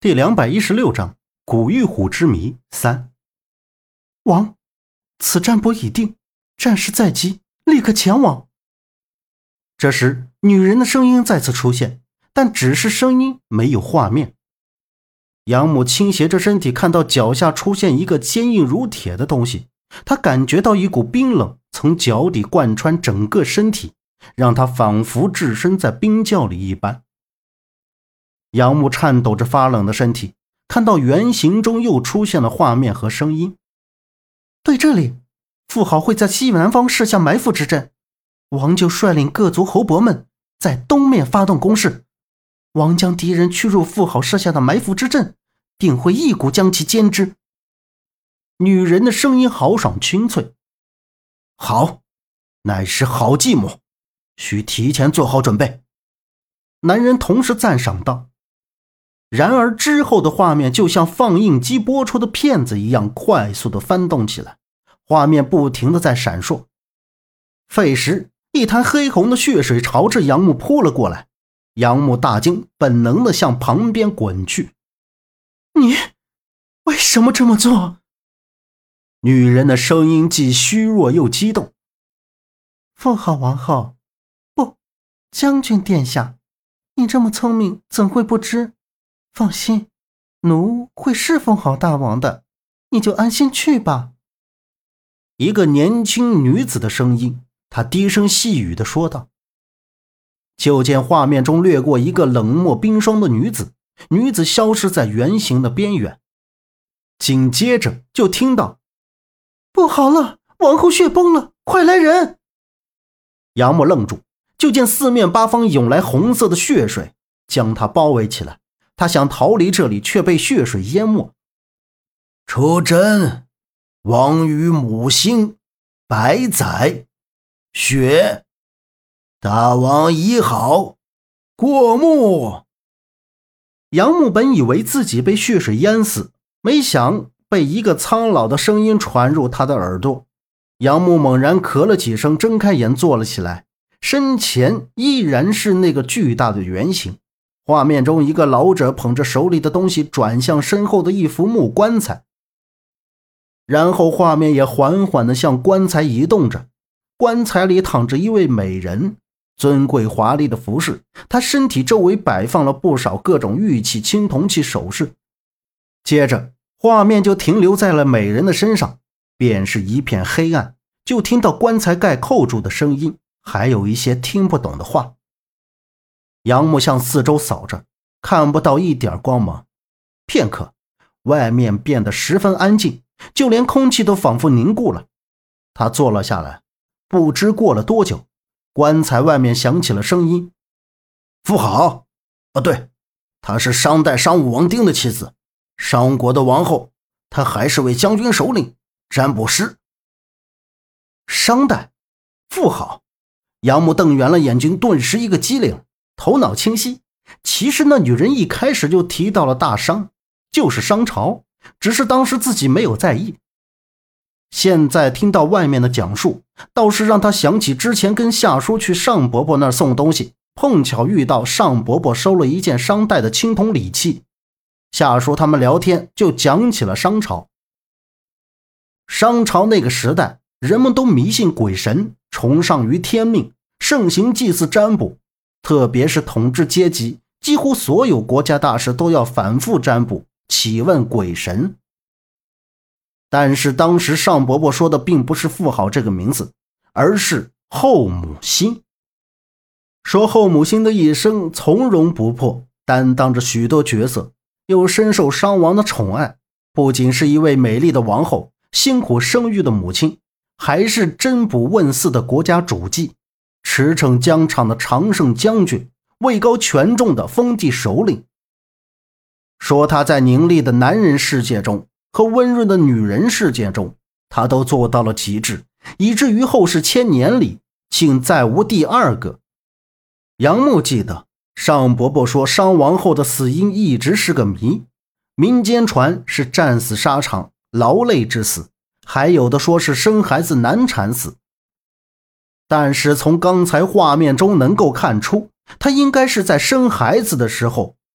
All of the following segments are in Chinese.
第216章古玉虎之谜3。 王，此占卜已定，战事在即，立刻前往。 这时女人的声音再次出现，但只是声音，没有画面。养母倾斜着身体，看到脚下出现一个坚硬如铁的东西，她感觉到一股冰冷从脚底贯穿整个身体，让她仿佛置身在冰窖里一般。杨木颤抖着发冷的身体，看到圆形中又出现了画面和声音。 对，这里，富豪会在西南方设下埋伏之阵，王就率领各族侯伯们在东面发动攻势。王将敌人驱入富豪设下的埋伏之阵，定会一鼓将其歼之。 女人的声音豪爽清脆。好，乃是好计谋，需提前做好准备。男人同时赞赏道。然而之后的画面就像放映机播出的片子一样快速地翻动起来，画面不停地在闪烁。费时，一滩黑红的血水朝着杨木扑了过来，杨木大惊，本能地向旁边滚去。 你为什么这么做？ 女人的声音既虚弱又激动。 富豪王后，不，将军殿下，你这么聪明，怎会不知？放心，奴会侍奉好大王的，你就安心去吧。 一个年轻女子的声音，她低声细语地说道。就见画面中掠过一个冷漠冰霜的女子，女子消失在圆形的边缘。紧接着就听到， 不好了，王后血崩了，快来人！ 杨木愣住，就见四面八方涌来红色的血水，将他包围起来。他想逃离这里，却被血水淹没。出征，王与母星，百载，血，大王已好，过目。杨木本以为自己被血水淹死，没想被一个苍老的声音传入他的耳朵。杨木猛然咳了几声，睁开眼坐了起来，身前依然是那个巨大的圆形。画面中，一个老者捧着手里的东西转向身后的一副木棺材，然后画面也缓缓地向棺材移动着。棺材里躺着一位美人，尊贵华丽的服饰，她身体周围摆放了不少各种玉器、青铜器首饰。接着画面就停留在了美人的身上，便是一片黑暗，就听到棺材盖扣住的声音，还有一些听不懂的话。杨木向四周扫着，看不到一点光芒。片刻，外面变得十分安静，就连空气都仿佛凝固了。他坐了下来，不知过了多久，棺材外面响起了声音。富豪，对，她是商代商武王丁的妻子，商国的王后，她还是位将军首领，占卜师。商代，富豪。杨木瞪圆了眼睛，顿时一个机灵，头脑清晰。其实那女人一开始就提到了大商，就是商朝，只是当时自己没有在意。现在听到外面的讲述，倒是让他想起之前跟夏叔去尚伯伯那儿送东西，碰巧遇到尚伯伯收了一件商代的青铜礼器。夏叔他们聊天就讲起了商朝。商朝那个时代，人们都迷信鬼神，崇尚于天命，盛行祭祀占卜。特别是统治阶级，几乎所有国家大事都要反复占卜，启问鬼神。但是当时尚伯伯说的并不是富豪这个名字，而是后母星。说后母星的一生从容不迫，担当着许多角色，又深受商王的宠爱，不仅是一位美丽的王后，辛苦生育的母亲，还是占卜问世的国家主祭，驰骋疆场的常胜将军，位高权重的封地首领。说他在凝厉的男人世界中和温润的女人世界中，他都做到了极致，以至于后世千年里竟再无第二个。杨木记得尚伯伯说商王后的死因一直是个谜，民间传是战死沙场，劳累致死，还有的说是生孩子难产死。但是从刚才画面中能够看出，她应该是在生孩子的时候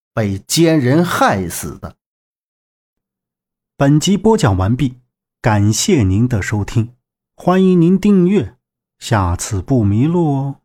被奸人害死的。 本集播讲完毕，感谢您的收听，欢迎您订阅，下次不迷路哦。